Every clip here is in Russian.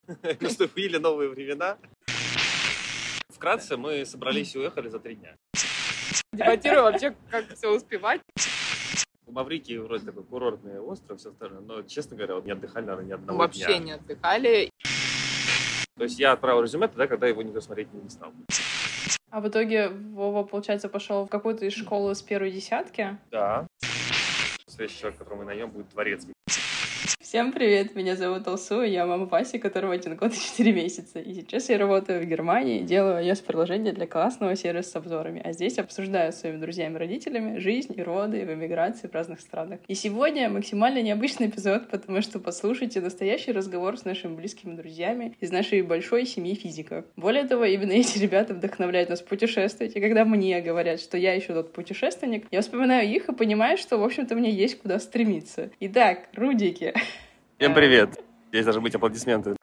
Наступили новые времена. Вкратце, мы собрались и уехали за 3 дня. Дебатируем вообще, как все успевать. В Маврикии вроде такой курортный остров, все остальное, но, честно говоря, не отдыхали, наверное, ни одного Вообще дня. не отдыхали. То есть я отправил резюме тогда, когда его никто смотреть не стал. А в итоге Вова, получается, пошел в какую-то из школы с первой десятки? Да. Следующий человек, которого мы найдем, будет дворецкий. Всем привет, меня зовут Алсу, я мама Васи, которому 1 год и 4 месяца. И сейчас я работаю в Германии, делаю iOS-приложение для классного сервиса с обзорами. А здесь обсуждаю с своими друзьями и родителями жизнь и роды в эмиграции в разных странах. И сегодня максимально необычный эпизод, потому что послушайте настоящий разговор с нашими близкими друзьями из нашей большой семьи физиков. Более того, именно эти ребята вдохновляют нас путешествовать. И когда мне говорят, что я еще тот путешественник, я вспоминаю их и понимаю, что, в общем-то, мне есть куда стремиться. Итак, рудики. Всем привет. Здесь должны быть аплодисменты.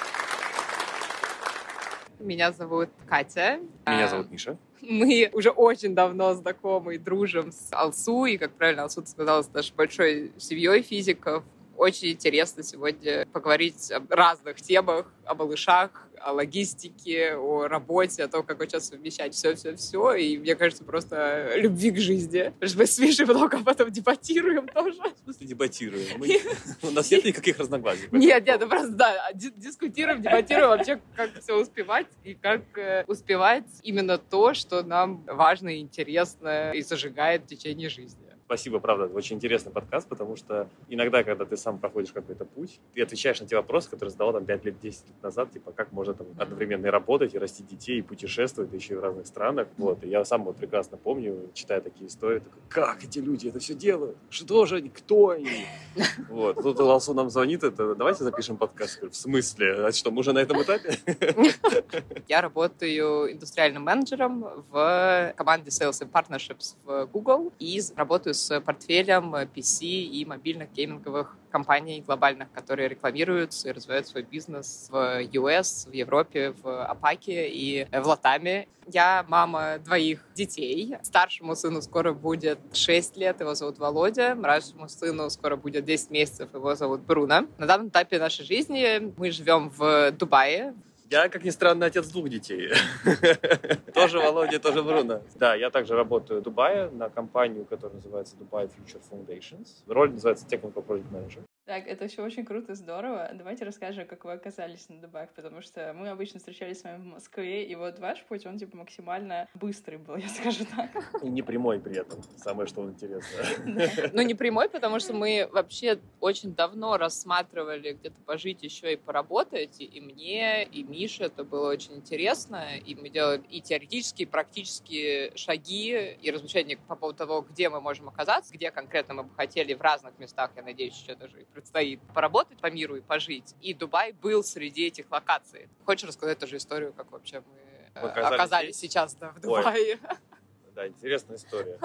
Меня зовут Катя. Меня зовут Миша. Мы уже очень давно знакомы и дружим с Алсу, и, как правильно Алсу сказала, с нашей большой семьей физиков. Очень интересно сегодня поговорить о разных темах, о малышах, о логистике, о работе, о том, как сейчас совмещать все-все-все. И мне кажется, просто любви к жизни. Потому что мы с Мишей много об этом дебатируем тоже. В смысле дебатируем? У нас нет никаких разногласий. Нет, ну просто, да, дискутируем, дебатируем вообще, как все успевать и как успевать именно то, что нам важно и интересно и зажигает в течение жизни. Спасибо, правда, это очень интересный подкаст, потому что иногда, когда ты сам проходишь какой-то путь, ты отвечаешь на те вопросы, которые задавал там 5 лет, 10 лет назад, типа, как можно там одновременно и работать, и растить детей, и путешествовать, и еще и в разных странах. Вот. И я сам вот прекрасно помню, читая такие истории, такой, как эти люди это все делают? Что же они? Кто они? Вот. Тут Алсу нам звонит, это давайте запишем подкаст. В смысле? А что, мы уже на этом этапе? Я работаю индустриальным менеджером в команде Sales and Partnerships в Google и работаю с портфелем PC и мобильных гейминговых компаний глобальных, которые рекламируются и развивают свой бизнес в US, в Европе, в АПАКе и в Латаме. Я мама 2 детей. Старшему сыну скоро будет 6 лет, его зовут Володя. Младшему сыну скоро будет 10 месяцев, его зовут Бруно. На данном этапе нашей жизни мы живем в Дубае. Я, как ни странно, отец 2 детей. Тоже Володя, тоже Бруно. Да, я также работаю в Дубае на компанию, которая называется Dubai Future Foundations. Роль называется Technical Project Manager. Так, это все очень круто, здорово. Давайте расскажем, как вы оказались на Дубаях, потому что мы обычно встречались с вами в Москве, и вот ваш путь, он типа максимально быстрый был, я скажу так. И не прямой при этом, самое что интересное. Ну, не прямой, потому что мы вообще очень давно рассматривали где-то пожить еще и поработать, и мне, и Мише это было очень интересно, и мы делали и теоретические, и практические шаги, и размышления по поводу того, где мы можем оказаться, где конкретно мы бы хотели в разных местах, я надеюсь, еще даже и предстоит поработать по миру и пожить. И Дубай был среди этих локаций. Хочешь рассказать тоже историю, как вообще мы оказались сейчас в Дубае? Да, интересная история.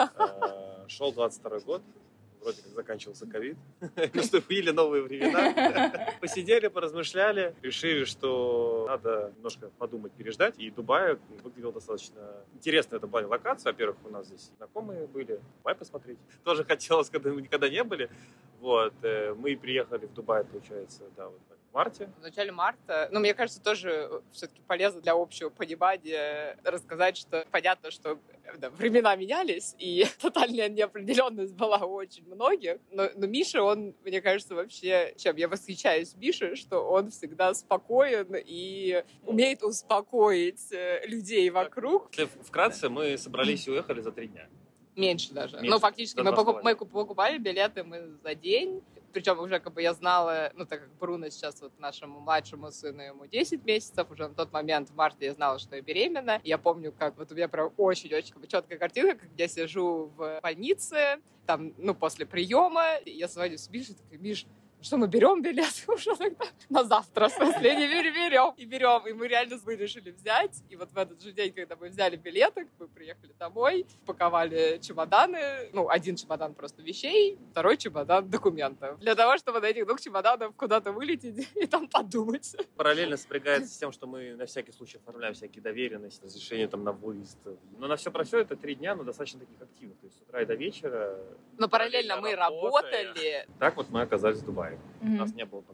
Шел 22 год, вроде как заканчивался ковид, наступили новые времена. Посидели, поразмышляли, решили, что надо немножко подумать, переждать. И Дубай выглядел достаточно интересно в этом плане локация. Во-первых, у нас здесь знакомые были, Дубай посмотреть. Тоже хотелось, когда мы никогда не были. Вот, мы приехали в Дубай, получается, да, вот в марте. В начале марта. Но мне кажется, тоже все-таки полезно для общего понимания рассказать, что понятно, что времена менялись, и тотальная неопределенность была у очень многих. Но Миша, он, мне кажется, вообще... Чем я восхищаюсь Мише, что он всегда спокоен и умеет успокоить людей вокруг. Вкратце, мы собрались и уехали за 3 дня. Меньше даже. Меньше. Ну, фактически мы покупали билеты за день. Причем уже как бы я знала, ну, так как Бруно сейчас вот нашему младшему сыну ему 10 месяцев, уже на тот момент в марте я знала, что я беременна. Я помню, как вот у меня прям очень-очень как бы четкая картинка, как я сижу в больнице, там, ну, после приема, я звоню с Мишей, такая, Миш, что мы берем билет уже тогда на завтра, в смысле, не берем. И мы реально решили взять. И вот в этот же день, когда мы взяли билеты, мы приехали домой, паковали чемоданы. Ну, 1 чемодан просто вещей, 2 чемодан документов. Для того, чтобы на этих 2 чемоданах куда-то вылететь и там подумать. Параллельно сопрягается с тем, что мы на всякий случай оформляем всякие доверенности, разрешения там на выезд. Но на все про все это 3 дня, но достаточно таких активных. То есть с утра и до вечера. Но параллельно мы работали. Так вот мы оказались в Дубае. У нас не было пока никакого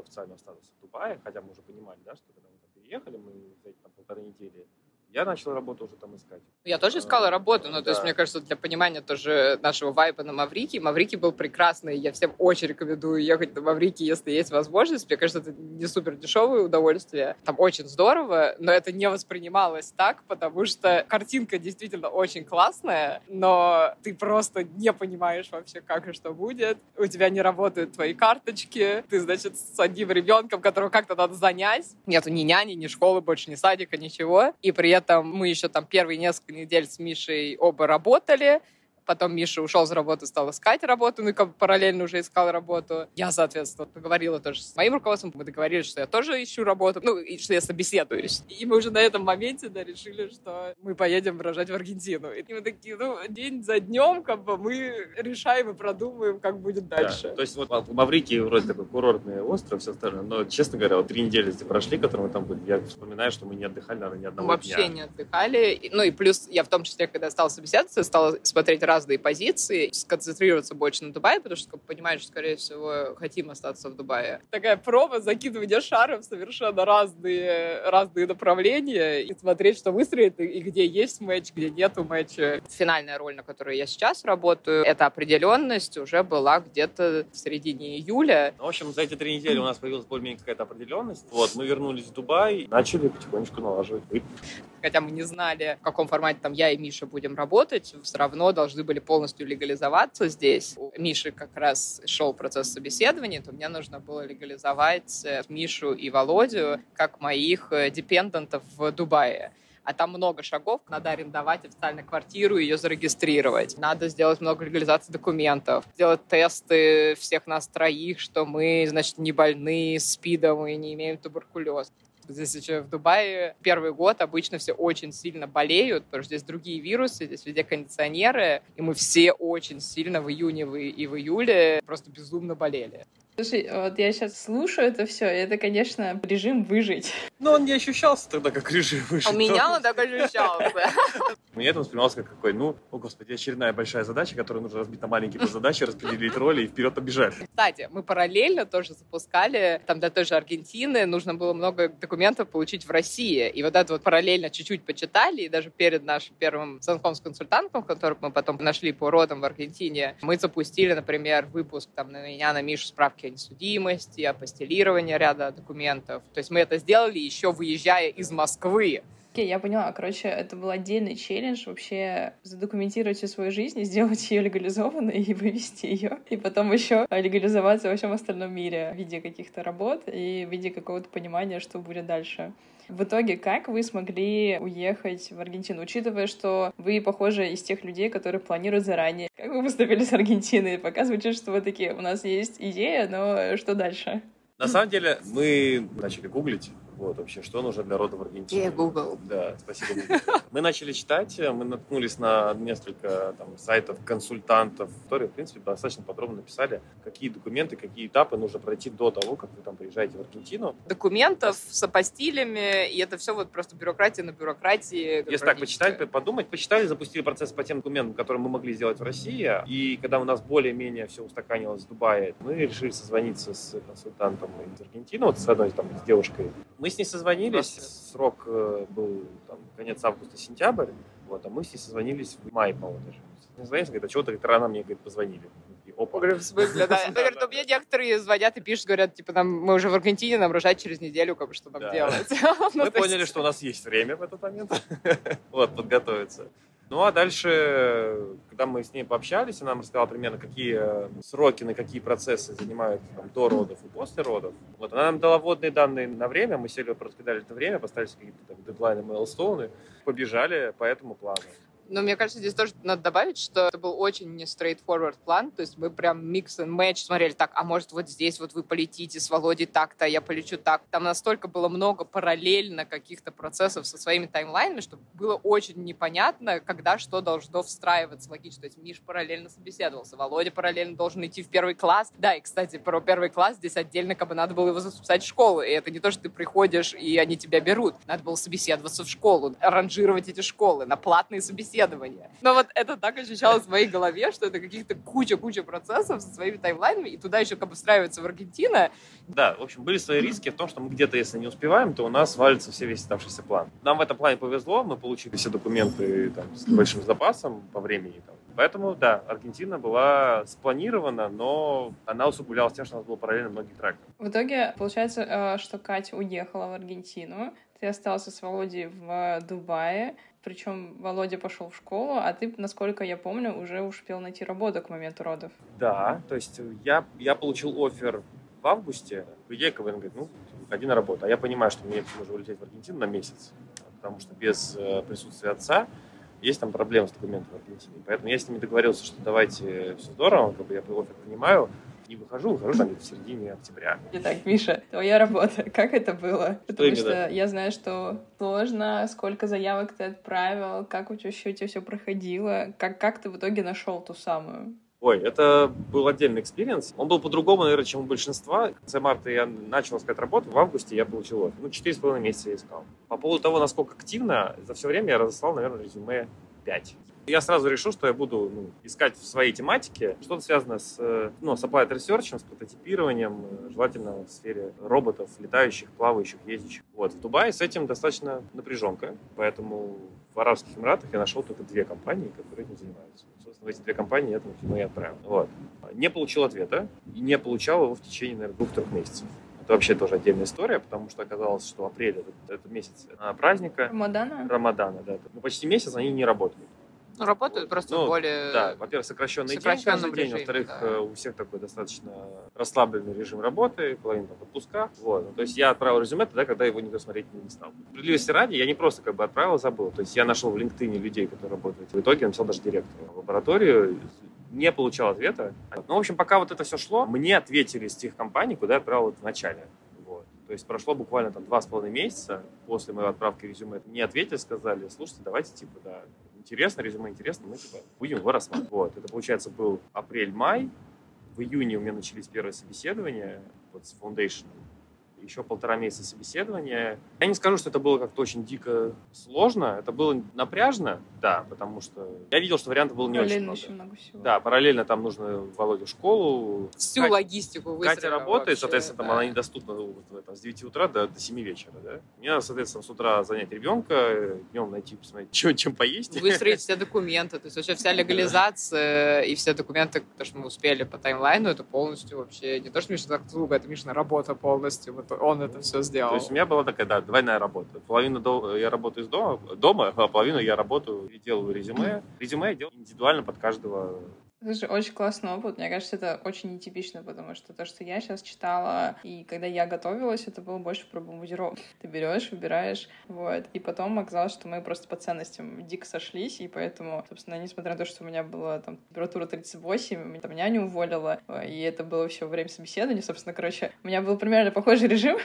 официального статуса в Дубае, хотя мы уже понимали, да, что когда мы там переехали, мы за эти там 1,5 недели, я начал работу уже там искать. Я тоже искала работу, но, да. то есть, мне кажется, для понимания тоже нашего вайба на Маврикий. Маврикий был прекрасный, я всем очень рекомендую ехать на Маврикий, если есть возможность. Мне кажется, это не супер дешевое удовольствие. Там очень здорово, но это не воспринималось так, потому что картинка действительно очень классная, но ты просто не понимаешь вообще, как и что будет. У тебя не работают твои карточки, ты, значит, с одним ребенком, которого как-то надо занять. Нету ни няни, ни школы, больше ни садика, ничего. И при этом мы еще там первые несколько недель с Мишей оба работали. Потом Миша ушел с работы, стал искать работу, ну и как бы параллельно уже искал работу. Я, соответственно, поговорила тоже с моим руководством, мы договорились, что я тоже ищу работу, ну и что я собеседуюсь. И мы уже на этом моменте, да, решили, что мы поедем рожать в Аргентину. И мы такие, ну, день за днем, как бы мы решаем и продумываем, как будет дальше. Да. То есть вот в Маврикии вроде такой курортный остров, все остальное, но, честно говоря, вот 3 недели здесь прошли, которые мы там были, я вспоминаю, что мы не отдыхали, наверное, ни одного дня. Вообще не отдыхали. Ну и плюс я в том числе, когда стала собеседоваться, стала смотреть разные позиции, сконцентрироваться больше на Дубае, потому что понимаешь, что, скорее всего, хотим остаться в Дубае. Такая проба, закидывание шаров в совершенно разные направления и смотреть, что выстрелит, и где есть матч, где нету матча. Финальная роль, на которой я сейчас работаю, эта определенность уже была где-то в середине июля. В общем, за эти 3 недели у нас появилась более-менее какая-то определенность. Вот, мы вернулись в Дубай, начали потихонечку налаживать быт. Хотя мы не знали, в каком формате там я и Миша будем работать, все равно должны были полностью легализоваться здесь. У Миши как раз шел процесс собеседования, то мне нужно было легализовать Мишу и Володю как моих депендентов в Дубае. А там много шагов. Надо арендовать официально квартиру, ее зарегистрировать. Надо сделать много легализации документов. Сделать тесты всех нас троих, что мы, значит, не больны СПИДом и не имеем туберкулез. Здесь еще в Дубае первый год обычно все очень сильно болеют, потому что здесь другие вирусы, здесь везде кондиционеры, и мы все очень сильно в июне и в июле просто безумно болели. Слушай, вот я сейчас слушаю это все, и это, конечно, режим выжить. Но он не ощущался тогда как режим выжить. У меня он так ощущался. Мне это воспринималось как какой, о господи, очередная большая задача, которую нужно разбить на маленькие задачи, распределить роли и вперед побежать. Кстати, мы параллельно тоже запускали, там для той же Аргентины нужно было много документов получить в России. И вот это вот параллельно чуть-чуть почитали, и даже перед нашим первым звонком с консультантом, которых мы потом нашли по родам в Аргентине, мы запустили, например, выпуск там на меня, на Мишу, справки о несудимости, апостилирование ряда документов. То есть мы это сделали еще выезжая из Москвы. Окей, я поняла. Короче, это был отдельный челлендж вообще задокументировать всю свою жизнь и сделать ее легализованной и вывести ее. И потом еще легализоваться во всем остальном мире в виде каких-то работ и в виде какого-то понимания, что будет дальше. В итоге, как вы смогли уехать в Аргентину, учитывая, что вы, похоже, из тех людей, которые планируют заранее? Как вы поступили с Аргентиной? Пока звучит, что вы такие, у нас есть идея, но что дальше? На самом деле, мы начали гуглить, вообще, что нужно для родов в Аргентине. Google. Да, спасибо, Google. Мы начали читать, мы наткнулись на несколько сайтов, консультантов, которые, в принципе, достаточно подробно написали, какие документы, какие этапы нужно пройти до того, как вы там приезжаете в Аргентину. Документов с апостилями, и это все вот просто бюрократия на бюрократии. Если так почитать, подумать, почитали, запустили процесс по тем документам, которые мы могли сделать в России, и когда у нас более-менее все устаканилось в Дубае, мы решили созвониться с консультантом из Аргентины, вот с одной с девушкой. Мы с ней созвонились, срок был конец августа-сентябрь, а мы с ней созвонились в мае, по-моему, даже. Созвонились, говорит, а чего-то рано мне, позвонили. И, опа. Говорю, в смысле, да. Говорит, у меня некоторые звонят и пишут, говорят, мы уже в Аргентине, нам рожать через неделю, что нам делать. Мы поняли, что у нас есть время в этот момент, подготовиться. Ну, а дальше, когда мы с ней пообщались, она нам рассказала примерно, какие сроки, на какие процессы занимают до родов и после родов. Она нам дала вводные данные на время, мы сели, раскидали это время, поставили какие-то дедлайны, мейлстоуны, побежали по этому плану. Но мне кажется, здесь тоже надо добавить, что это был очень не straightforward план, то есть мы прям mix and match смотрели, так, а может вот здесь вот вы полетите с Володей так-то, я полечу так. Там настолько было много параллельно каких-то процессов со своими таймлайнами, что было очень непонятно, когда что должно встраиваться логично. То есть Миш параллельно собеседовался, Володя параллельно должен идти в первый класс. Да, и, кстати, про первый класс здесь отдельно надо было его записать в школу, и это не то, что ты приходишь, и они тебя берут. Надо было собеседоваться в школу, ранжировать эти школы на платные собеседования. собеседование. Но вот это так ощущалось в моей голове, что это каких-то куча процессов со своими таймлайнами, и туда еще как бы встраивается в Аргентина. Да, в общем, были свои риски в том, что мы где-то, если не успеваем, то у нас валится весь оставшийся план. Нам в этом плане повезло, мы получили все документы там, с большим запасом по времени. Там. Поэтому, да, Аргентина была спланирована, но она усугублялась тем, что у нас было параллельно многие треки. В итоге, получается, что Катя уехала в Аргентину, ты остался с Володей в Дубае, причем Володя пошел в школу, а ты, насколько я помню, уже успел найти работу к моменту родов. Да, то есть я получил оффер в августе, по идее, КВН говорит, выходи на работу. А я понимаю, что мне нужно улететь в Аргентину на месяц, потому что без присутствия отца есть там проблемы с документами в Аргентине. Поэтому я с ними договорился, что давайте, все здорово, как бы я оффер принимаю, не выхожу там где-то в середине октября. Итак, Миша, твоя работа, как это было? Потому что я знаю, что сложно, сколько заявок ты отправил, как у тебя все проходило, как ты в итоге нашел ту самую? Ой, это был отдельный экспириенс. Он был по-другому, наверное, чем у большинства. В конце марта я начал искать работу, в августе я получил оффер. 4,5 месяца я искал. По поводу того, насколько активно, за все время я разослал, наверное, резюме 5. Я сразу решил, что я буду искать в своей тематике что-то связанное с applied research, с прототипированием, желательно в сфере роботов, летающих, плавающих, ездящих. В Дубае с этим достаточно напряженка, поэтому в Арабских Эмиратах я нашел только 2 компании, которые этим занимаются. Собственно, в эти 2 компании это резюме я отправил. Не получил ответа и не получал его в течение, наверное, 2-3 месяцев. Это вообще тоже отдельная история, потому что оказалось, что апрель — это месяц праздника. Рамадана, да. Почти месяц они не работают. Работают просто более... Да, во-первых, сокращенный день каждый день, во-вторых, у всех такой достаточно расслабленный режим работы, половина там отпуска. То есть я отправил резюме тогда, когда его никто смотреть не стал. Справедливости ради, я не просто отправил и забыл. То есть я нашел в LinkedIn людей, которые работают. В итоге я написал даже директору в лабораторию, не получал ответа. В общем, пока это все шло, мне ответили из тех компаний, куда я отправил в начале. То есть прошло буквально 2,5 месяца после моей отправки резюме. Мне ответили, сказали, слушайте, давайте, интересно, резюме интересно, мы будем его рассматривать. Это, получается, был апрель-май. В июне у меня начались первые собеседования с Foundation. Еще 1,5 месяца собеседования. Я не скажу, что это было как-то очень дико сложно. Это было напряжно, да, потому что я видел, что вариантов было не очень много. Много всего. Да, параллельно там нужно Володю в школу. Всю логистику выстроила. Катя работает, вообще, соответственно, она недоступна с 9 утра до 7 вечера. Да? Мне надо, соответственно, с утра занять ребенка, днем найти, посмотреть, чем поесть. Выстроить все документы. То есть вообще вся легализация и все документы, то, что мы успели по таймлайну, это полностью вообще не то, что Миша заслуга, это Мишина работа полностью. Он это все сделал. То есть у меня была такая, двойная работа. Половину я работаю из дома, а половину я работаю и делаю резюме. Резюме я делаю индивидуально под каждого. Это же очень классный опыт. Мне кажется, это очень нетипично, потому что то, что я сейчас читала, и когда я готовилась, это было больше про бомбардировку. Ты берешь, выбираешь, и потом оказалось, что мы просто по ценностям дико сошлись, и поэтому, собственно, несмотря на то, что у меня была температура 38, меня няню уволила, и это было все во время собеседования, собственно, у меня был примерно похожий режим,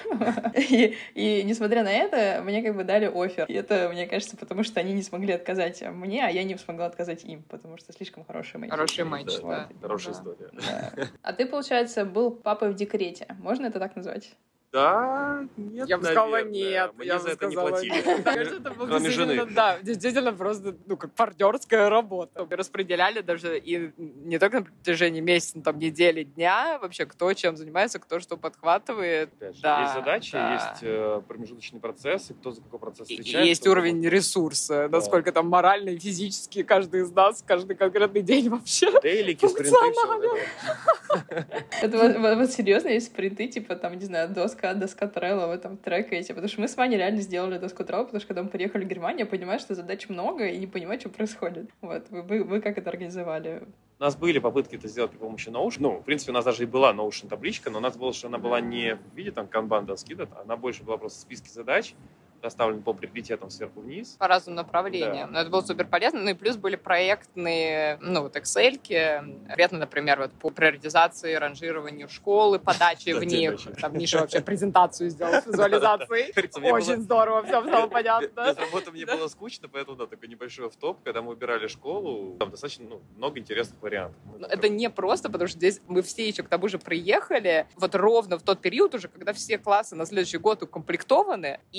и несмотря на это, мне дали оффер. И это, мне кажется, потому что они не смогли отказать мне, а я не смогла отказать им, потому что слишком хорошие мои. Матч, да. Хорошая история. Да. А ты, получается, был папой в декрете. Можно это так назвать? Да, нет, я бы сказала нет. Мне за это не платили. Это было действительно просто, как партнерская работа. Распределяли даже и не только на протяжении месяца, недели, дня, вообще кто чем занимается, кто что подхватывает. Есть задачи, есть промежуточные процессы, кто за какой процесс отвечает. Есть уровень ресурса, насколько там морально и физически каждый из нас, каждый конкретный день вообще дейлики, спринты, все. Это серьезно, есть спринты, не знаю, доска Trello, вы трекаете, потому что мы с Ваней реально сделали доску Trello, потому что когда мы приехали в Германию, я понимаю, что задач много и не понимаю, что происходит. Вы как это организовали? У нас были попытки это сделать при помощи Notion. В принципе, у нас даже и была Notion табличка, но у нас было, что она была не в виде канбан доски, она больше была просто списки задач, расставлены по приоритетам сверху вниз. По разным направлениям. Но это было супер полезно. И плюс были проектные, Excel-ки. Конкретно, например, по приоритизации, ранжированию школы, подаче в них. Там Миша вообще презентацию сделал с визуализацией. Очень здорово, все стало понятно. Без работы мне было скучно, поэтому, такой небольшой офф-топ. Когда мы выбирали школу, там достаточно много интересных вариантов. Это не просто, потому что здесь мы все еще к тому же приехали ровно в тот период уже, когда все классы на следующий год укомплектованы, и нам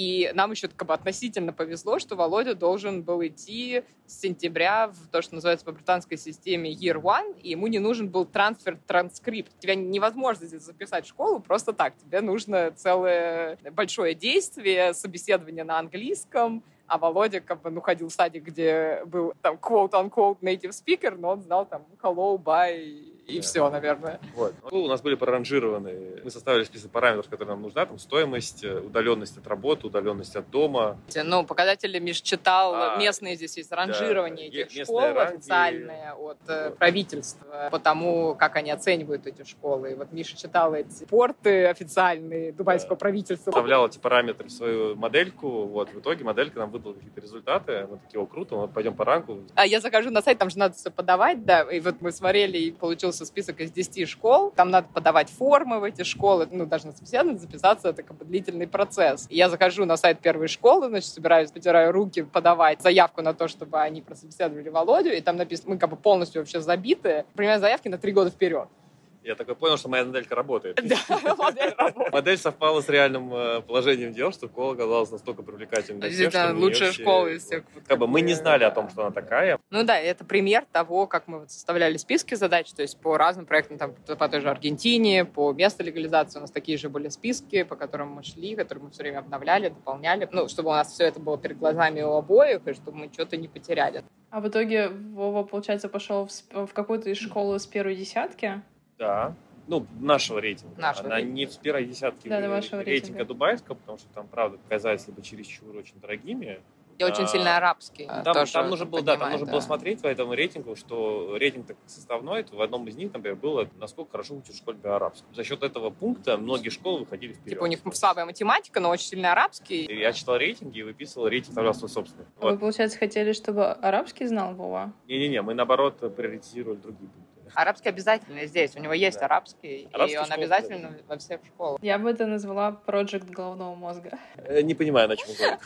нам еще как бы относительно повезло, что Володя должен был идти с сентября в то, что называется по британской системе Year One, и ему не нужен был трансфер-транскрипт. Тебя невозможно здесь записать в школу просто так. Тебе нужно целое большое действие, собеседование на английском, а Володя как бы, ходил в садик, где был там quote-unquote native speaker, но он знал там hello, bye и все, наверное. Вот. У нас были проранжированы, мы составили список параметров, которые нам нужны, там стоимость, удаленность от работы, удаленность от дома. Ну, показатели Миш читал, местные здесь есть ранжирование этих школ официальные от правительства, по тому, как они оценивают эти школы. И вот Миша читал эти порты официальные дубайского правительства. Вставлял эти параметры в свою модельку, вот, в итоге моделька нам выдала какие-то результаты, мы такие, круто, вот пойдем по ранку. А я захожу на сайт, там же надо все подавать, да, и вот мы смотрели, и получился список из 10 школ, там надо подавать формы в эти школы, даже на собеседование записаться, это как бы длительный процесс. И я захожу на сайт первой школы, значит, собираюсь, потираю руки, подавать заявку на то, чтобы они прособеседовали Володю, и там написано, мы как бы полностью вообще забиты, принимаем заявки на 3 года вперед. Я такой понял, что моя моделька работает. Да, модель работает. Модель совпала с реальным положением дел, что школа оказалась настолько привлекательной для всех, что лучшая школа из всех. Как бы мы не знали о том, что она такая. Ну да, это пример того, как мы составляли списки задач, то есть по разным проектам, там, по той же Аргентине, по месту легализации у нас такие же были списки, по которым мы шли, которые мы все время обновляли, дополняли, чтобы у нас все это было перед глазами у обоих, и чтобы мы что-то не потеряли. А в итоге Вова, получается, пошел в какую-то из школы с первой десятки? Да. Нашего рейтинга. Она не в первой десятке рейтинга дубайского, потому что там, правда, показались либо чересчур очень дорогими. И очень сильно арабский. Там нужно было смотреть по этому рейтингу, что рейтинг так составной, в одном из них, например, было, насколько хорошо учат в школе арабском. За счет этого пункта многие школы выходили вперед. Типа у них слабая математика, но очень сильно арабский. Я читал рейтинги и выписывал рейтинг, вставлял свой собственный. Вы, получается, хотели, чтобы арабский знал Вова? Не-не-не, мы, наоборот, приоритизировали другие пункты. Арабский обязательно здесь. У него есть арабский, и он обязательно во всех школах. Я бы это назвала проект головного мозга. Не понимаю, на чем говорить.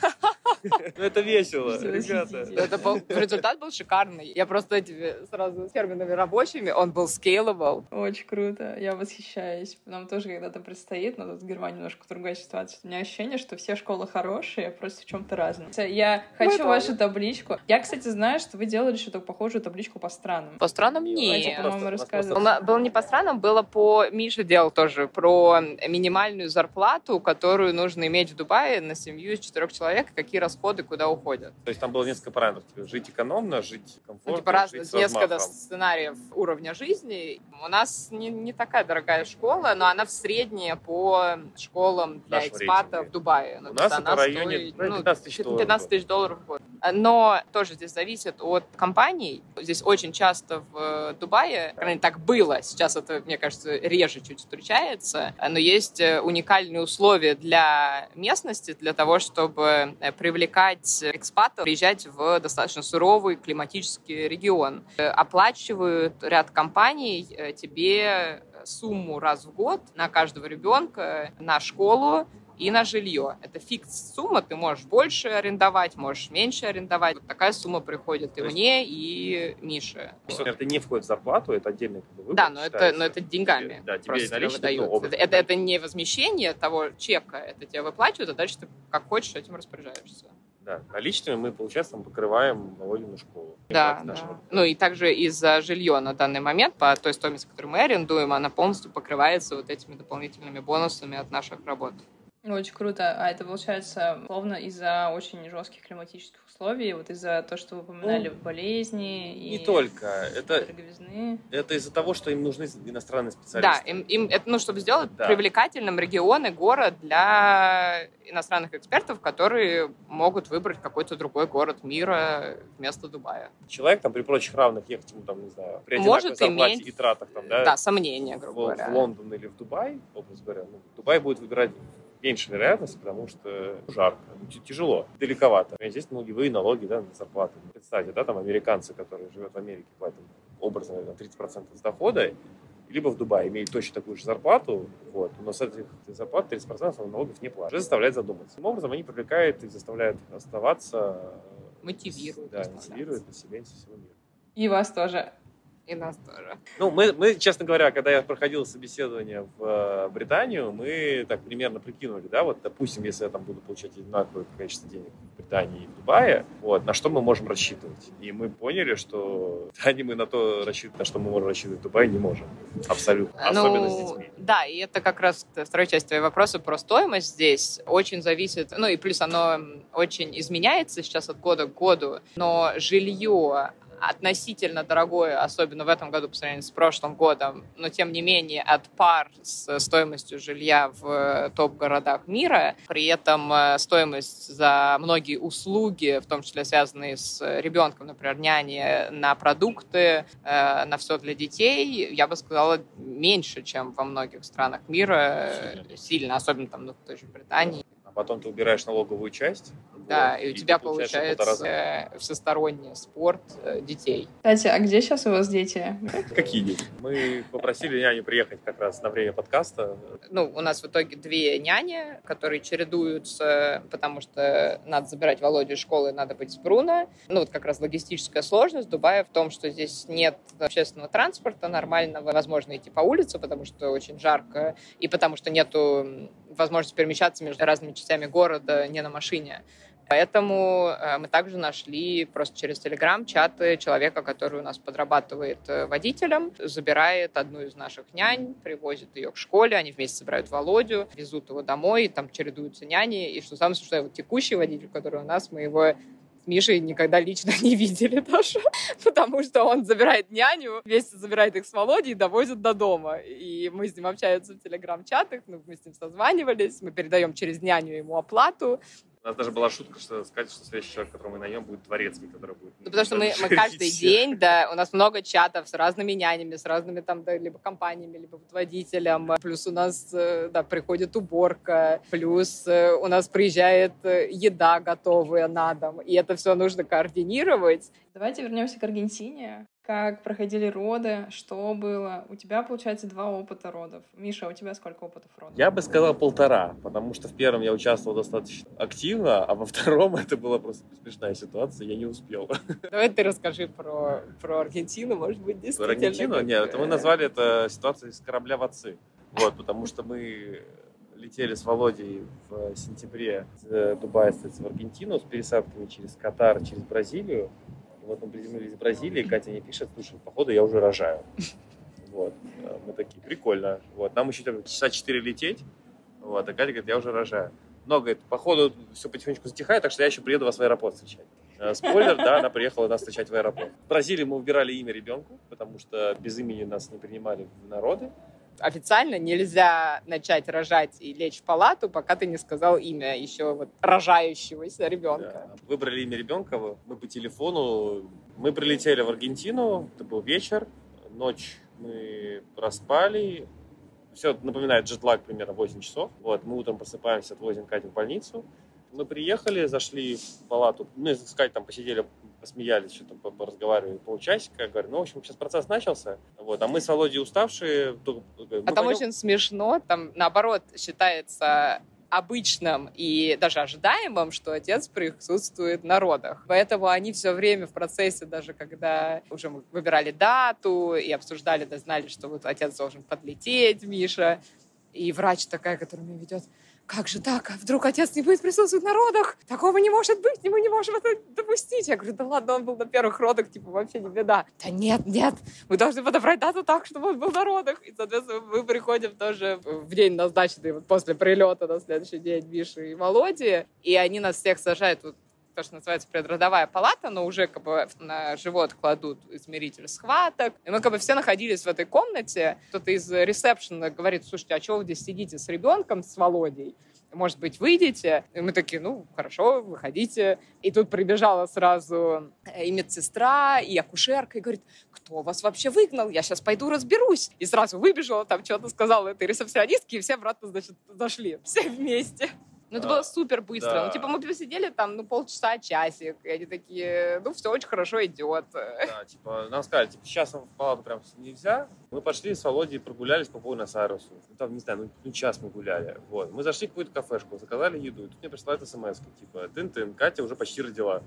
Ну, это весело, ребята. Результат был шикарный. Я просто сразу с терминами рабочими, он был scalable. Очень круто, я восхищаюсь. Нам тоже когда-то предстоит, но тут в Германии немножко другая ситуация. У меня ощущение, что все школы хорошие, просто в чем-то разные. Я хочу вашу табличку. Я, кстати, знаю, что вы делали еще такую похожую табличку по странам. По странам нет. По-моему, рассказывали. Было не по странам, было по... Миша делал тоже про минимальную зарплату, которую нужно иметь в Дубае на семью из 4 человек, какие расходы куда уходят. То есть там было несколько параметров. Жить экономно, жить комфортно, жить с несколько сценариев уровня жизни. У нас не такая дорогая школа, но она в среднее по школам для экспатов в Дубае. У нас это в районе 15 тысяч долларов в год. Но тоже здесь зависит от компаний. Здесь очень часто в Дубае, так было, сейчас это, мне кажется, реже чуть встречается, но есть уникальные условия для местности, для того, чтобы привлекать экспатов, приезжать в достаточно суровый климатический регион. Оплачивают ряд компаний тебе сумму раз в год на каждого ребенка, на школу и на жилье. Это фикс-сумма, ты можешь больше арендовать, можешь меньше арендовать. Вот такая сумма приходит и мне, и Мише. Это не входит в зарплату, это отдельный выбор. Да, но это деньгами. Да, тебе наличные выдают. Это не возмещение того чека, это тебе выплачивают, а дальше ты как хочешь этим распоряжаешься. Да, наличными мы, получается, покрываем Володину школу. Да. Ну и также и за жилье на данный момент, по той стоимости, которую мы арендуем, она полностью покрывается вот этими дополнительными бонусами от наших работ. Очень круто. А это, получается, словно из-за очень жестких климатических условий, вот из-за того, что вы упоминали, болезни и... Не только. Дороговизны. Это из-за того, что им нужны иностранные специалисты. Да, им это, чтобы сделать привлекательным регион и город для иностранных экспертов, которые могут выбрать какой-то другой город мира вместо Дубая. Человек там при прочих равных ехать ему там, не знаю, при одинаковой зарплате и тратах там, да? Да, сомнения, грубо говоря. В Лондон или в Дубай, образно говоря. Дубай будет выбирать меньше вероятности, потому что жарко, тяжело, далековато. Здесь нулевые налоги, да, на зарплаты. Представьте, да, там американцы, которые живут в Америке, платят образно 30% с дохода, либо в Дубае имеют точно такую же зарплату, вот, но с этих зарплат 30% налогов не платят. Это заставляет задуматься. Таким образом, они привлекают и заставляют оставаться. Мотивируют. Да, мотивируют население всего мира. И вас тоже. И нас тоже. Ну, мы, честно говоря, когда я проходил собеседование в Британию, мы так примерно прикинули, да, вот, допустим, если я там буду получать одинаковое количество денег в Британии и в Дубае, вот, на что мы можем рассчитывать. И мы поняли, что мы на то рассчитывать, на что мы можем рассчитывать в Дубае, не можем. Абсолютно. Особенно с детьми. Да, и это как раз вторая часть твоего вопроса про стоимость здесь. Очень зависит, ну и плюс оно очень изменяется сейчас от года к году, но жилье относительно дорогое, особенно в этом году по сравнению с прошлым годом, но тем не менее от пар с стоимостью жилья в топ-городах мира. При этом стоимость за многие услуги, в том числе связанные с ребенком, например, няни, на продукты, на все для детей, я бы сказала, меньше, чем во многих странах мира. Сильно, особенно там, в той же Британии. Потом ты убираешь налоговую часть. Да, вот, и у тебя получается всесторонний спорт детей. Кстати, а где сейчас у вас дети? Какие дети? Мы попросили няню приехать как раз на время подкаста. Ну, у нас в итоге 2 няни, которые чередуются, потому что надо забирать Володю из школы, надо быть с Бруно. Ну, вот как раз логистическая сложность Дубая в том, что здесь нет общественного транспорта нормального. Возможно идти по улице, потому что очень жарко, и потому что нету возможности перемещаться между разными частями города не на машине. Поэтому мы также нашли просто через Telegram-чаты человека, который у нас подрабатывает водителем, забирает одну из наших нянь, привозит ее к школе, они вместе собирают Володю, везут его домой, там чередуются няни. И что самое смешное, вот текущий водитель, который у нас, мы его с Мишей никогда лично не видели даже, потому что он забирает няню, вместе забирает их с Володей и довозит до дома. И мы с ним общаемся в телеграм-чатах, мы с ним созванивались, мы передаем через няню ему оплату. У нас даже была шутка, что сказать, что следующий человек, которого мы найдем, будет дворецкий, который будет... Ну, потому что мы каждый день, да, у нас много чатов с разными нянями, с разными там, да, либо компаниями, либо водителем. Плюс у нас, да, приходит уборка, плюс у нас приезжает еда готовая на дом. И это все нужно координировать. Давайте вернемся к Аргентине. Как проходили роды, что было? У тебя, получается, 2 опыта родов. Миша, у тебя сколько опытов родов? Я бы сказал 1,5, потому что в первом я участвовал достаточно активно, а во втором это была просто смешная ситуация, я не успел. Давай ты расскажи про Аргентину, может быть, действительно. Про Аргентину? Нет, это мы назвали это ситуацией с корабля в отцы. Вот, потому что мы летели с Володей в сентябре с Дубая, в Аргентину с пересадками через Катар, через Бразилию. Вот мы приземлились в Бразилии, Катя мне пишет: слушай, походу я уже рожаю. Вот. Мы такие, прикольно. Вот. Нам еще часа 4 лететь. Вот. А Катя говорит, я уже рожаю. Но, говорит, походу все потихонечку затихает, так что я еще приеду вас в аэропорт встречать. Спойлер, да, она приехала нас встречать в аэропорт. В Бразилии мы выбирали имя ребенку, потому что без имени нас не принимали в народы. Официально нельзя начать рожать и лечь в палату, пока ты не сказал имя еще вот рожающегося ребенка. Да. Выбрали имя ребенка, мы по телефону. Мы прилетели в Аргентину, это был вечер, ночь мы проспали. Все напоминает джетлаг, примерно 8 часов. Вот, мы утром просыпаемся, отвозим Катю в больницу. Мы приехали, зашли в палату, мы с Катей там посидели, посмеялись, что-то поразговаривали полчасика. Говорю, ну, в общем, сейчас процесс начался. Вот, а мы с Володей уставшие. Там очень смешно, там, наоборот, считается обычным и даже ожидаемым, что отец присутствует на родах. Поэтому они все время в процессе, даже когда уже мы выбирали дату и обсуждали, да, знали, что вот отец должен подлететь, Миша, и врач такая, которая меня ведет: как же так? А вдруг отец не будет присутствовать на родах? Такого не может быть, мы не можем это допустить. Я говорю, да ладно, он был на первых родах, типа, вообще не беда. Да нет, мы должны подобрать дату так, чтобы он был на родах. И, соответственно, мы приходим тоже в день назначенный, вот после прилета на следующий день Миши и Володи, и они нас всех сажают вот то, что называется предродовая палата, но уже как бы на живот кладут измеритель схваток. И мы как бы все находились в этой комнате. Кто-то из ресепшена говорит: слушайте, а чего вы здесь сидите с ребенком, с Володей? Может быть, выйдете? И мы такие, ну, хорошо, выходите. И тут прибежала сразу и медсестра, и акушерка, и говорит: кто вас вообще выгнал? Я сейчас пойду разберусь. И сразу выбежала, там что-то сказала этой ресепционистке, и все обратно, значит, зашли. Все вместе. Ну, это было супер быстро. Да. Ну, типа, мы посидели там, полчаса, часик. И они такие, все очень хорошо идет. Да, типа, нам сказали, типа, сейчас в палату прям нельзя. Мы пошли с Володей, прогулялись по Буэнос-Айресу. Ну, там, не знаю, час мы гуляли. Вот. Мы зашли в какую-то кафешку, заказали еду. И тут мне присылают смс, типа, тын-тын, Катя уже почти родила.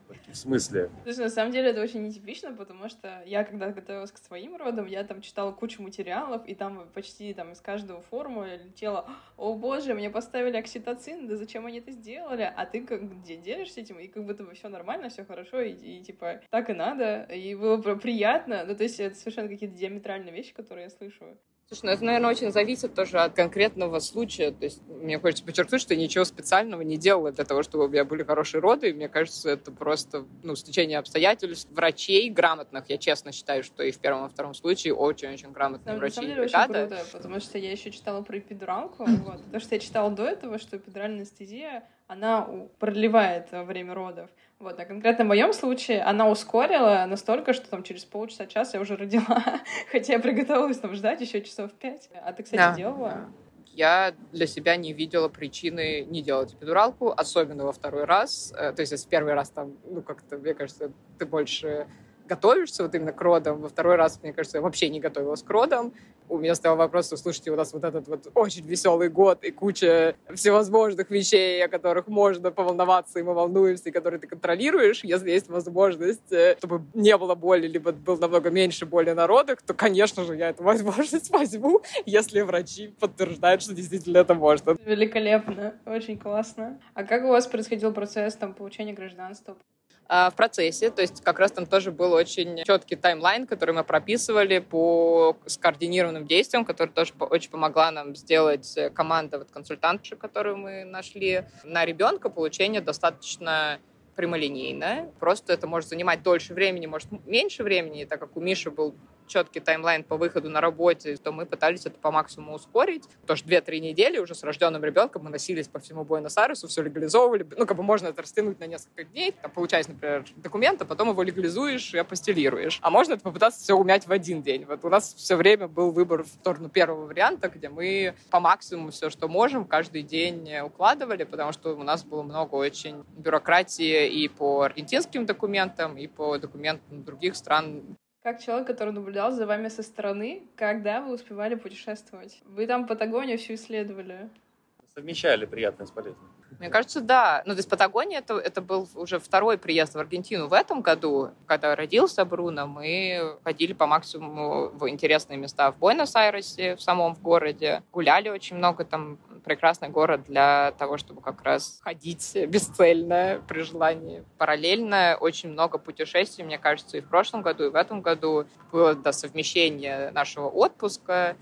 В смысле? Слушай, на самом деле это очень нетипично, потому что я, когда готовилась к своим родам, я там читала кучу материалов, и там почти там из каждого форума летела: «О боже, мне поставили окситоцин, да зачем они это сделали?» А ты где делишься этим, и как будто бы все нормально, все хорошо, и типа так и надо, и было приятно. Ну, то есть это совершенно какие-то диаметральные вещи, которые я слышу. Слушай, ну это, наверное, очень зависит тоже от конкретного случая. То есть мне хочется подчеркнуть, что я ничего специального не делала для того, чтобы у меня были хорошие роды. И мне кажется, это просто стечение обстоятельств, врачей грамотных. Я честно считаю, что и в первом, и втором случае очень-очень грамотные врачи. На самом деле и очень круто, потому что я еще читала про эпидуралку. Вот. То, что я читала до этого, что эпидуральная анестезия, она продлевает время родов. Вот, а конкретно в моем случае она ускорила настолько, что там через полчаса-час я уже родила. Хотя я приготовилась там ждать еще часов 5. А ты, кстати, делала? Я для себя не видела причины не делать эпидуралку, особенно во второй раз. То есть, если в первый раз там, как-то, мне кажется, ты больше готовишься вот именно к родам. Во второй раз, мне кажется, я вообще не готовилась к родам. У меня стоял вопрос, что, слушайте, у нас вот этот вот очень веселый год и куча всевозможных вещей, о которых можно поволноваться, и мы волнуемся, и которые ты контролируешь. Если есть возможность, чтобы не было боли, либо было намного меньше боли на родах, то, конечно же, я эту возможность возьму, если врачи подтверждают, что действительно это можно. Великолепно, очень классно. А как у вас происходил процесс там получения гражданства? В процессе, то есть как раз там тоже был очень четкий таймлайн, который мы прописывали по скоординированным действиям, который тоже очень помогла нам сделать команда консультантши, которую мы нашли. На ребенка получение достаточно прямолинейное. Просто это может занимать дольше времени, может меньше времени. И так как у Миши был четкий таймлайн по выходу на работе, то мы пытались это по максимуму ускорить. Потому что 2-3 недели уже с рожденным ребенком мы носились по всему Буэнос-Айресу, все легализовывали. Можно это растянуть на несколько дней. Там получается, например, документ, а потом его легализуешь и апостилируешь. А можно это попытаться все умять в один день. Вот у нас все время был выбор в сторону первого варианта, где мы по максимуму все, что можем, каждый день укладывали, потому что у нас было много очень бюрократии и по аргентинским документам, и по документам других стран. Как человек, который наблюдал за вами со стороны, когда вы успевали путешествовать? Вы там Патагонию всю исследовали? Совмещали приятное с полезным. Мне кажется, да. То есть Патагония это был уже второй приезд в Аргентину в этом году. Когда родился Бруно, мы ходили по максимуму в интересные места в Буэнос-Айресе, в самом городе. Гуляли очень много, там прекрасный город для того, чтобы как раз ходить бесцельно при желании. Параллельно очень много путешествий, мне кажется, и в прошлом году, и в этом году было совмещение нашего отпуска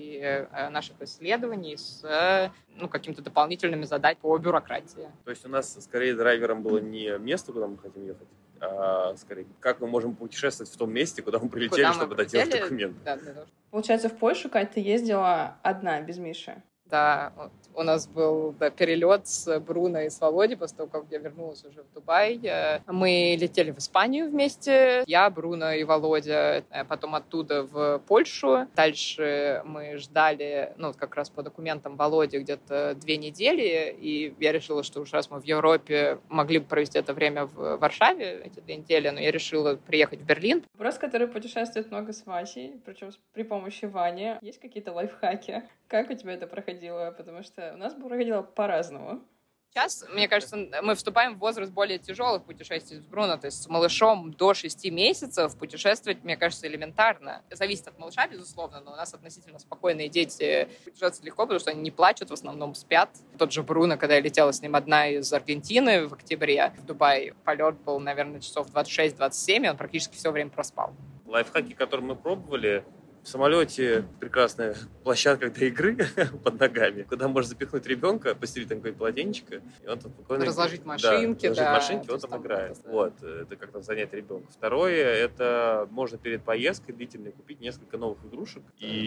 и наших исследований с какими-то дополнительными задачами по бюрократии. То есть у нас скорее драйвером было не место, куда мы хотим ехать, а скорее как мы можем путешествовать в том месте, куда мы прилетели, чтобы доделать документы. Да. Получается, в Польшу, Кать, ты ездила одна, без Миши? Да, у нас был перелет с Бруно и с Володей после того, как я вернулась уже в Дубай. Мы летели в Испанию вместе, я, Бруно и Володя, потом оттуда в Польшу. Дальше мы ждали, как раз по документам Володи, где-то 2 недели, и я решила, что уж раз мы в Европе, могли бы провести это время в Варшаве, эти 2 недели, но я решила приехать в Берлин. Вопрос, который путешествует много с Васей, причем при помощи Вани. Есть какие-то лайфхаки? Как у тебя это проходило? Потому что у нас проходило по-разному. Сейчас, мне кажется, мы вступаем в возраст более тяжелых путешествий с Бруно. То есть с малышом до 6 месяцев путешествовать, мне кажется, элементарно. Зависит от малыша, безусловно, но у нас относительно спокойные дети путешествуют легко, потому что они не плачут, в основном спят. Тот же Бруно, когда я летела с ним одна из Аргентины в октябре в Дубай, полет был, наверное, часов 26-27, и он практически все время проспал. Лайфхаки, которые мы пробовали: в самолете прекрасная площадка для игры под ногами, куда можно запихнуть ребенка, постелить там какое-то полотенечко, и он там спокойно... Разложить машинки, разложить машинки, он там играет. Вот, это как-то занять ребенка. Второе, это можно перед поездкой длительной купить несколько новых игрушек,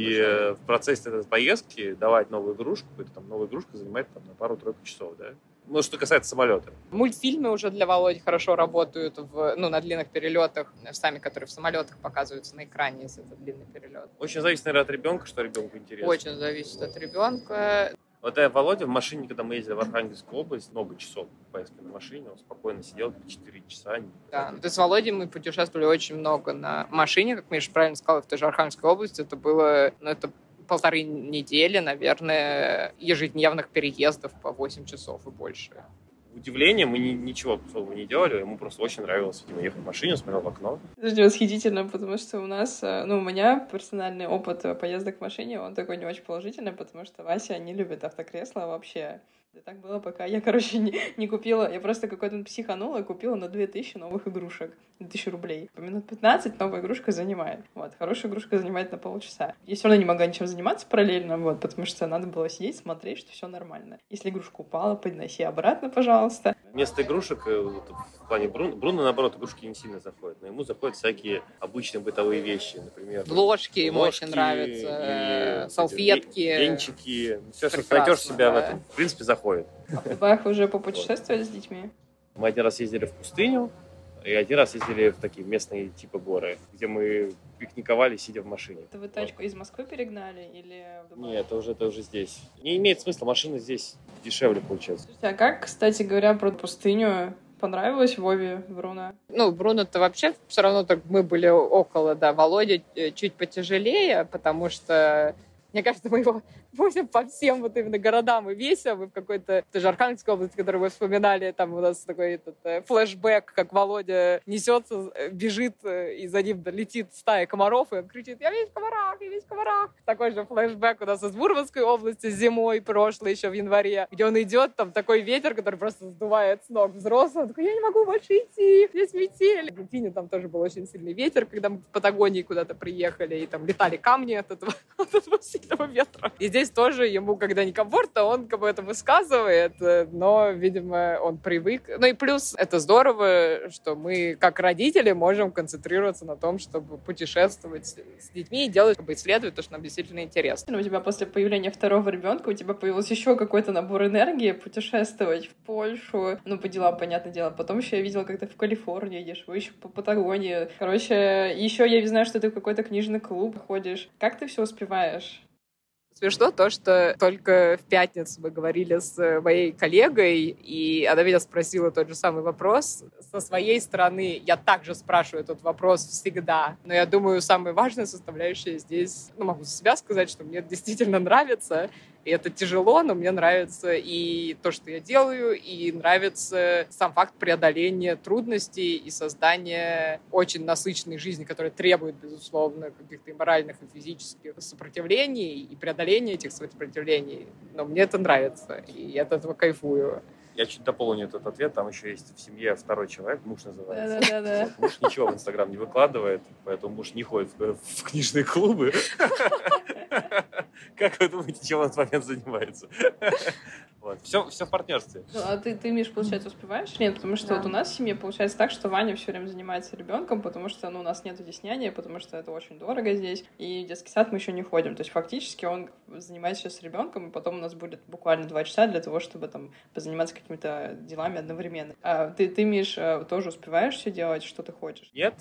и в процессе этой поездки давать новую игрушку, какую-то там новая игрушка занимает там на пару-тройку часов, да? Что касается самолета. Мультфильмы уже для Володи хорошо работают на длинных перелетах, сами, которые в самолетах показываются на экране, если это длинный перелет. Очень зависит, наверное, от ребенка, что ребенку интересно. Очень зависит от ребенка. Вот я Володя в машине, когда мы ездили в Архангельскую область, много часов поездки на машине, он спокойно сидел 4 часа. Да, то есть с Володей мы путешествовали очень много на машине, как Миша правильно сказал, в той же Архангельской области. Это было, это 1,5 недели, наверное, ежедневных переездов по 8 часов и больше. удивление мы ничего особо не делали, ему просто очень нравилось. Дима ехал в машине, смотрел в окно. Это восхитительно, потому что у нас, у меня персональный опыт поездок в машине, он такой не очень положительный, потому что Вася не любит автокресла вообще. И так было, пока я, не купила, я просто какой-то психанула и купила на 2000 новых игрушек, 2000 рублей. По минут 15 новая игрушка занимает. Вот, хорошая игрушка занимает на полчаса. Я все равно не могла ничем заниматься параллельно, вот, потому что надо было сидеть, смотреть, что все нормально. Если игрушка упала, подноси обратно, пожалуйста. Вместо игрушек, в плане Бруно, наоборот, игрушки не сильно заходят, но ему заходят всякие обычные бытовые вещи, например. Ложки ему очень нравятся, салфетки. Венчики, все, что найдешь себя в этом, в принципе, заходит. А в Дубаях вы уже попутешествовали с детьми? Мы один раз ездили в пустыню, и один раз ездили в такие местные типа горы, где мы пикниковали, сидя в машине. Это вы тачку из Москвы перегнали или в Дубае? Нет, это уже здесь. Не имеет смысла, машина здесь дешевле получается. Слушайте, а как, кстати говоря, про пустыню? Понравилось Вове Бруно? Бруно-то вообще все равно так мы были около, да. Володя чуть потяжелее, потому что, мне кажется, мы его возим по всем вот именно городам и весим. Мы в какой-то тоже Архангельской области, которую вы вспоминали, там у нас такой флешбэк, как Володя несется, бежит, и за ним летит стая комаров, и он кричит: я весь в комарах, я весь в комарах. Такой же флешбэк у нас из Мурманской области зимой прошлой, еще в январе, где он идет, там такой ветер, который просто сдувает с ног взрослого. Он такой: я не могу больше идти, здесь метель. В Аргентине там тоже был очень сильный ветер, когда мы в Патагонии куда-то приехали, и там летали камни от этого сильного ветра. И здесь тоже ему, когда некомфортно, он как бы это высказывает, но, видимо, он привык. Ну и плюс это здорово, что мы, как родители, можем концентрироваться на том, чтобы путешествовать с детьми и делать, как бы исследовать то, что нам действительно интересно. У тебя после появления второго ребенка у тебя появился еще какой-то набор энергии путешествовать в Польшу, по делам, понятное дело. Потом еще я видела, как ты в Калифорнию едешь, вы еще по Патагонии. Короче, еще я знаю, что ты в какой-то книжный клуб ходишь. Как ты все успеваешь? Смешно то, что только в пятницу мы говорили с моей коллегой, и она меня спросила тот же самый вопрос. Со своей стороны я также спрашиваю этот вопрос всегда. Но я думаю, самая важная составляющая здесь, могу за себя сказать, что мне действительно нравится. И это тяжело, но мне нравится и то, что я делаю, и нравится сам факт преодоления трудностей и создания очень насыщенной жизни, которая требует, безусловно, каких-то и моральных, и физических сопротивлений, и преодоления этих сопротивлений. Но мне это нравится, и я от этого кайфую. Я чуть дополню этот ответ. Там еще есть в семье второй человек, муж называется. Да. Вот, муж ничего в Инстаграм не выкладывает, поэтому муж не ходит в книжные клубы. Как вы думаете, чем он в этот момент занимается? Вот. Все в партнерстве. А ты, Миш, получается, успеваешь? Нет, потому что вот у нас в семье получается так, что Ваня все время занимается ребенком, потому что у нас нет здесь няни, потому что это очень дорого здесь, и в детский сад мы еще не ходим. То есть фактически он занимается сейчас ребенком, и потом у нас будет буквально 2 часа для того, чтобы там позаниматься какими-то делами одновременно. А ты, Миш, тоже успеваешь все делать, что ты хочешь? Нет.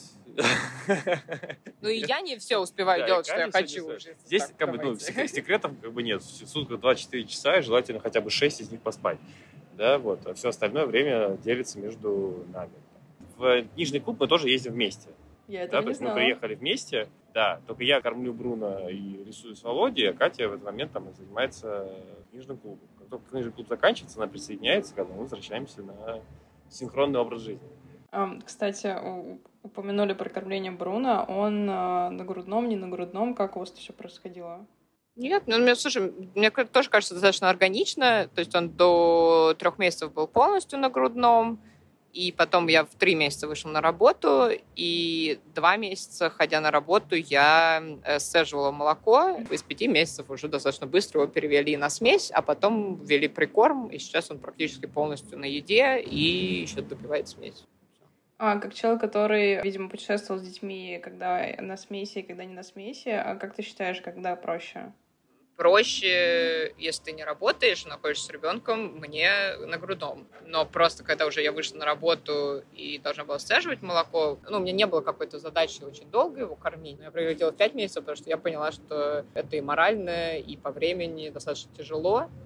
И я не все успеваю делать, что я хочу. Здесь секретов нет. В сутках 24 часа, и желательно хотя бы 6 из них поспать. Да, вот. А все остальное время делится между нами. В книжный клуб мы тоже ездим вместе. Я этого не знала. Мы приехали вместе, да, только я кормлю Бруно и рисую с Володей, а Катя в этот момент занимается книжным клубом. Как только книжный клуб заканчивается, она присоединяется, когда мы возвращаемся на синхронный образ жизни. Кстати, упомянули про кормление Бруно. Он на грудном, не на грудном? Как у вас это все происходило? Нет, слушай, мне тоже кажется достаточно органично. То есть он до 3 месяцев был полностью на грудном, и потом я в 3 месяца вышла на работу, и 2 месяца, ходя на работу, я сцеживала молоко. Из 5 месяцев уже достаточно быстро его перевели на смесь, а потом ввели прикорм, и сейчас он практически полностью на еде и еще допивает смесь. Как человек, который, видимо, путешествовал с детьми, когда на смеси, когда не на смеси, а как ты считаешь, когда проще? Проще, если ты не работаешь, находишься с ребенком, мне на грудном. Но просто, когда уже я вышла на работу и должна была сцеживать молоко, у меня не было какой-то задачи очень долго его кормить. Но я прекратила в 5 месяцев, потому что я поняла, что это и морально, и по времени достаточно тяжело.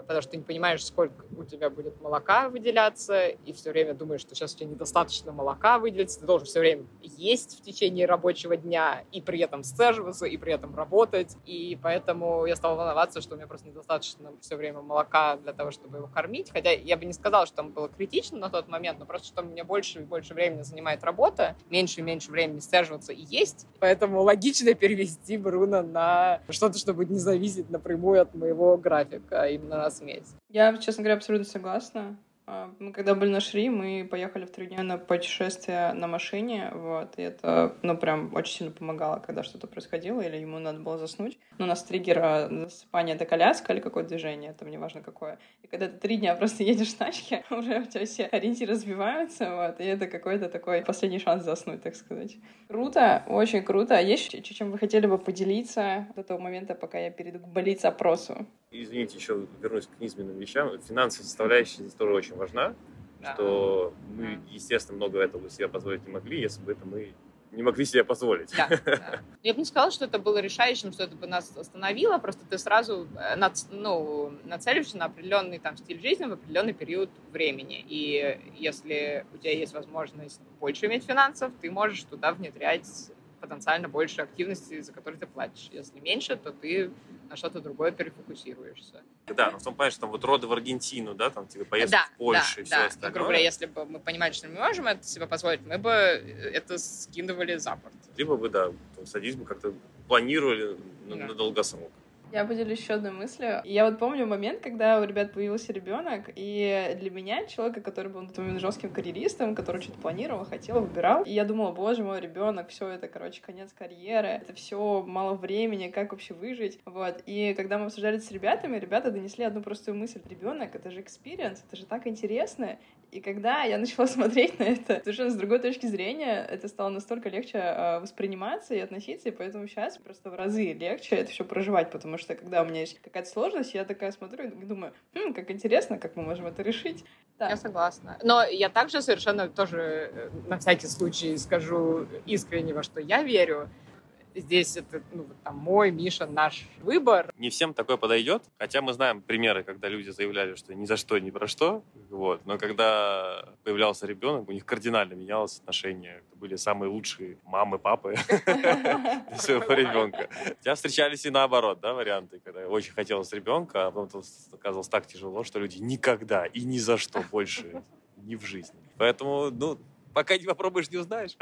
потому что ты не понимаешь, сколько у тебя будет молока выделяться, и все время думаешь, что сейчас у тебя недостаточно молока выделится, ты должен все время есть в течение рабочего дня, и при этом сцеживаться, и при этом работать, и поэтому я стала волноваться, что у меня просто недостаточно все время молока для того, чтобы его кормить, хотя я бы не сказала, что там было критично на тот момент, но просто, что мне больше и больше времени занимает работа, меньше и меньше времени сцеживаться и есть, поэтому логично перевести Бруно на что-то, что будет не зависеть напрямую от моего графика, а именно на смесь. Я, честно говоря, абсолютно согласна. Мы когда были на Шри, мы поехали в 3-дневное путешествие на машине, вот, и это, прям очень сильно помогало, когда что-то происходило, или ему надо было заснуть. У нас триггер засыпания — это коляска или какое-то движение, там неважно какое. И когда ты 3 дня просто едешь в тачке, уже у тебя все ориентиры сбиваются, вот, и это какой-то такой последний шанс заснуть, так сказать. Круто, очень круто. А есть чем вы хотели бы поделиться до того момента, пока я перейду к блиц-опросу? Извините, еще вернусь к низменным вещам. Финансовая составляющая здесь тоже очень важна, что мы, естественно, много этого себе позволить не могли, если бы это мы не могли себе позволить. Да. Я бы не сказала, что это было решающим, что это бы нас остановило, просто ты сразу нацеливаешься на определенный стиль жизни в определенный период времени. И если у тебя есть возможность больше иметь финансов, ты можешь туда внедрять потенциально больше активности, за которые ты платишь. Если меньше, то ты на что-то другое перефокусируешься. Да, но в том плане, что роды в Аргентину, поездки в Польшу и все остальное. Грубо говоря, если бы мы понимали, что мы можем это себе позволить, мы бы это скидывали за борт. Либо бы, садись бы как-то планировали на долгосрок. Я поделюсь еще одной мыслью. Я помню момент, когда у ребят появился ребенок, и для меня, человека, который был на тот момент жестким карьеристом, который что-то планировал, хотел, выбирал, и я думала, боже мой, ребенок, все это, конец карьеры, это все мало времени, как вообще выжить, вот. И когда мы обсуждали это с ребятами, ребята донесли одну простую мысль: ребенок — это же экспириенс, это же так интересно. И когда я начала смотреть на это совершенно с другой точки зрения, это стало настолько легче восприниматься и относиться, и поэтому сейчас просто в разы легче это все проживать, потому что когда у меня есть какая-то сложность, я такая смотрю и думаю, как интересно, как мы можем это решить. Да. Я согласна. Но я также совершенно тоже на всякий случай скажу искренне, во что я верю. Здесь это, мой, Миша, наш выбор. Не всем такое подойдет, хотя мы знаем примеры, когда люди заявляли, что ни за что, ни про что, но когда появлялся ребенок, у них кардинально менялось отношение. Это были самые лучшие мамы, папы для своего ребенка. Хотя встречались и наоборот, варианты, когда очень хотелось ребенка, а потом оказалось так тяжело, что люди никогда и ни за что больше не в жизни. Поэтому, пока не попробуешь, не узнаешь.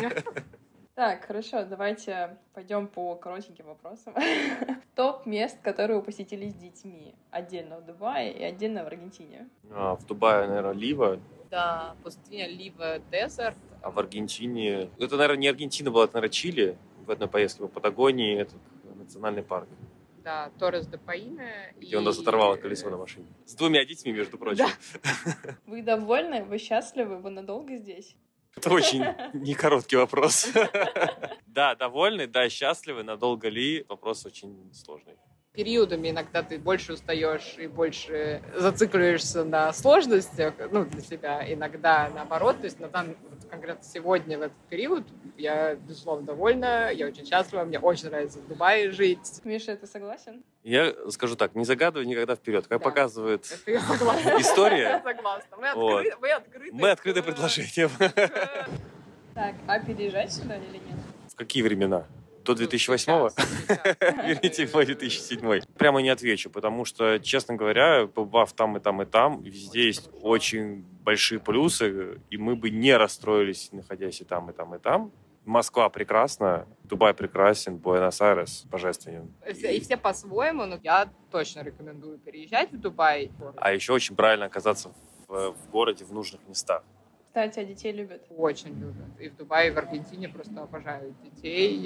Так, хорошо, давайте пойдем по коротеньким вопросам. Топ мест, которые вы посетили с детьми. Отдельно в Дубае и отдельно в Аргентине. В Дубае, наверное, Лива. Да, пустыня Лива, Дезерт. А в Аргентине... Это, наверное, не Аргентина была, это, наверное, Чили. В одной поездке по Патагонии, этот национальный парк. Да, Торрес де Паине. Где он нас оторвало колесо на машине. С 2 детьми, между прочим. Да. Вы довольны? Вы счастливы? Вы надолго здесь? Это очень не короткий вопрос. Да, довольны, да, счастливы. Надолго ли? Вопрос очень сложный. Периодами иногда ты больше устаешь и больше зацикливаешься на сложностях, для себя. Иногда наоборот. То есть конкретно сегодня в этот период я, безусловно, довольна, я очень счастлива, мне очень нравится в Дубае жить. Миша, ты согласен? Я скажу так, не загадывай никогда вперед. Как показывает история. Я согласна. Мы открыты предложением. Так, а переезжать сюда или нет? В какие времена? До 2008-го? Верните в 2007. Прямо не отвечу, потому что, честно говоря, побывав там и там и там, везде есть очень большие плюсы, и мы бы не расстроились, находясь и там, и там, и там. Москва прекрасна, Дубай прекрасен, Буэнос-Айрес божественен. И все по-своему, но я точно рекомендую переезжать в Дубай. А еще очень правильно оказаться в городе в нужных местах. Кстати, а детей любят? Очень любят. И в Дубае, и в Аргентине просто обожают детей.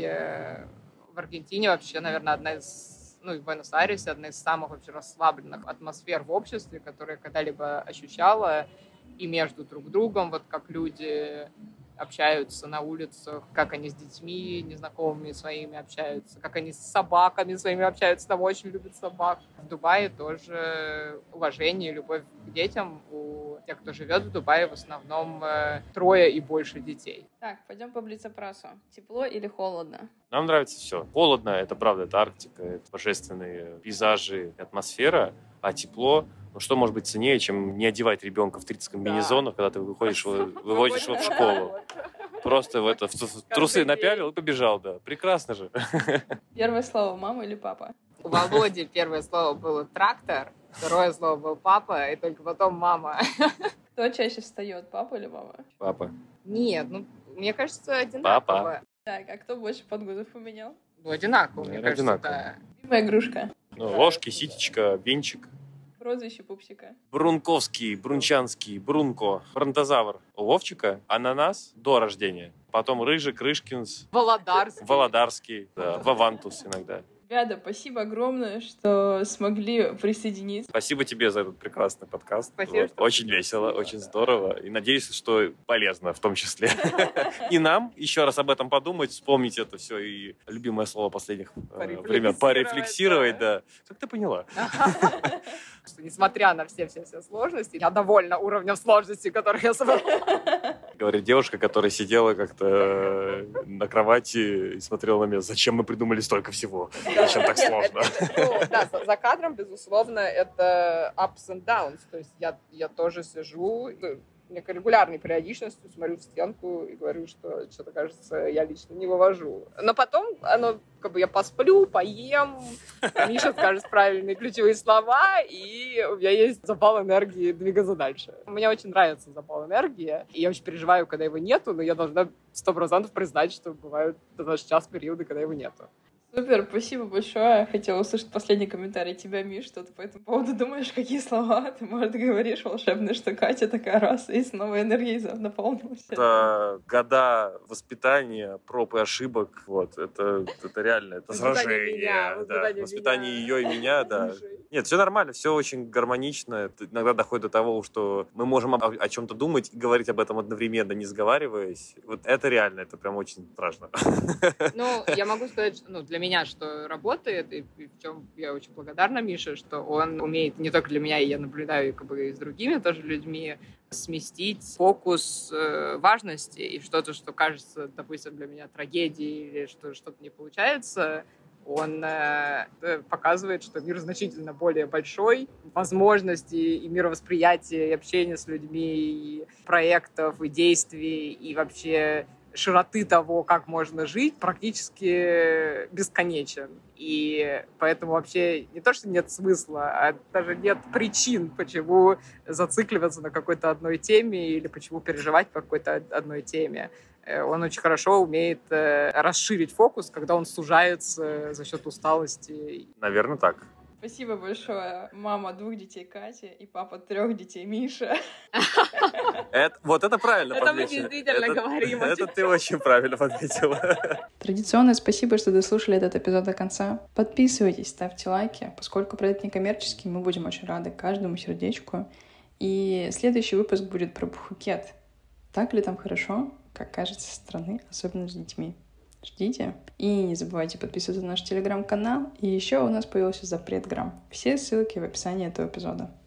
В Аргентине вообще, наверное, одна из, и в Буэнос-Айресе одна из самых вообще расслабленных атмосфер в обществе, которые я когда-либо ощущала. И между друг другом, как люди общаются на улицах, как они с детьми незнакомыми своими общаются, как они с собаками своими общаются, там очень любят собак. В Дубае тоже уважение и любовь к детям. У тех, кто живет в Дубае, в основном 3 и больше детей. Так, пойдем по блиц-опросу. Тепло или холодно? Нам нравится все. Холодно, это правда, это Арктика, это божественные пейзажи, атмосфера. а тепло. Ну, что может быть ценнее, чем не одевать ребенка в 30 комбинезонов, когда ты выводишь его в школу? Просто в трусы напялил и побежал, да. Прекрасно же. Первое слово мама или папа? У Володи первое слово было трактор, второе слово было папа, и только потом мама. Кто чаще встает, папа или мама? Папа. Нет, ну, мне кажется, одинаково. Папа. Так, а кто больше подгузов поменял? Ну, одинаково, мне Наверное, кажется, одинаково. да. Любимая игрушка. Ну, ложки, ситечка, венчик. Прозвище пупсика. Брунковский, Брунчанский, Брунко, Бронтозавр. У Вовчика ананас до рождения. Потом Рыжик, Рыжкинс, Володарский. Володарский, да, Вавантус иногда. Ребята, спасибо огромное, что смогли присоединиться. Спасибо тебе за этот прекрасный подкаст. Спасибо, что Очень весело, очень здорово. И надеюсь, что полезно в том числе. И нам еще раз об этом подумать, вспомнить это все. И любимое слово последних времен. Порефлексировать, да. Как ты поняла? Что, несмотря на все сложности, я довольна уровнем сложности, который я собрала. Говорит девушка, которая сидела как-то на кровати и смотрела на меня. Зачем мы придумали столько всего? Зачем так сложно? Да, за кадром, безусловно, это ups and downs. То есть я тоже сижу, некой регулярной периодичностью смотрю в стенку и говорю, что что-то, кажется, я лично не вывожу. Но потом я посплю, поем, Миша скажет правильные ключевые слова, и у меня есть запал энергии двигаться дальше. Мне очень нравится запал энергии, и я очень переживаю, когда его нету, но я должна 100% признать, что бывают достаточно часто периоды, когда его нету. Супер, спасибо большое. Хотела услышать последний комментарий тебя, Миш, что ты по этому поводу думаешь, какие слова ты, может, говоришь волшебные, что Катя такая раз и с новой энергией наполнилась. Это года воспитания, проб и ошибок. Вот, это реально, это сражение. Воспитание ее и меня, да. Нет, все нормально, все очень гармонично. Это иногда доходит до того, что мы можем о чем-то думать и говорить об этом одновременно, не сговариваясь. Вот это реально, это прям очень страшно. Ну, я могу сказать, для меня, что работает, и в чем я очень благодарна Мише, что он умеет не только для меня, и я наблюдаю и с другими тоже людьми, сместить фокус важности и что-то, что кажется, допустим, для меня трагедией или что что-то не получается, он показывает, что мир значительно более большой, возможности и мировосприятия, и общения с людьми, и проектов, и действий, и вообще широты того, как можно жить, практически бесконечен. И поэтому вообще не то, что нет смысла, а даже нет причин, почему зацикливаться на какой-то одной теме или почему переживать по какой-то одной теме. Он очень хорошо умеет расширить фокус, когда он сужается за счет усталости. Наверное, так. Спасибо большое. Мама 2 детей Катя и папа 3 детей Миша. Вот это правильно подметила. подмечено. Это мы действительно говорим. Это ты очень правильно подметила. Традиционно спасибо, что дослушали этот эпизод до конца. Подписывайтесь, ставьте лайки. Поскольку проект некоммерческий, мы будем очень рады каждому сердечку. И следующий выпуск будет про Пхукет. Так ли там хорошо, как кажется со стороны, особенно с детьми? Ждите. И не забывайте подписываться на наш телеграм-канал. И еще у нас появился запрет грамм. Все ссылки в описании этого эпизода.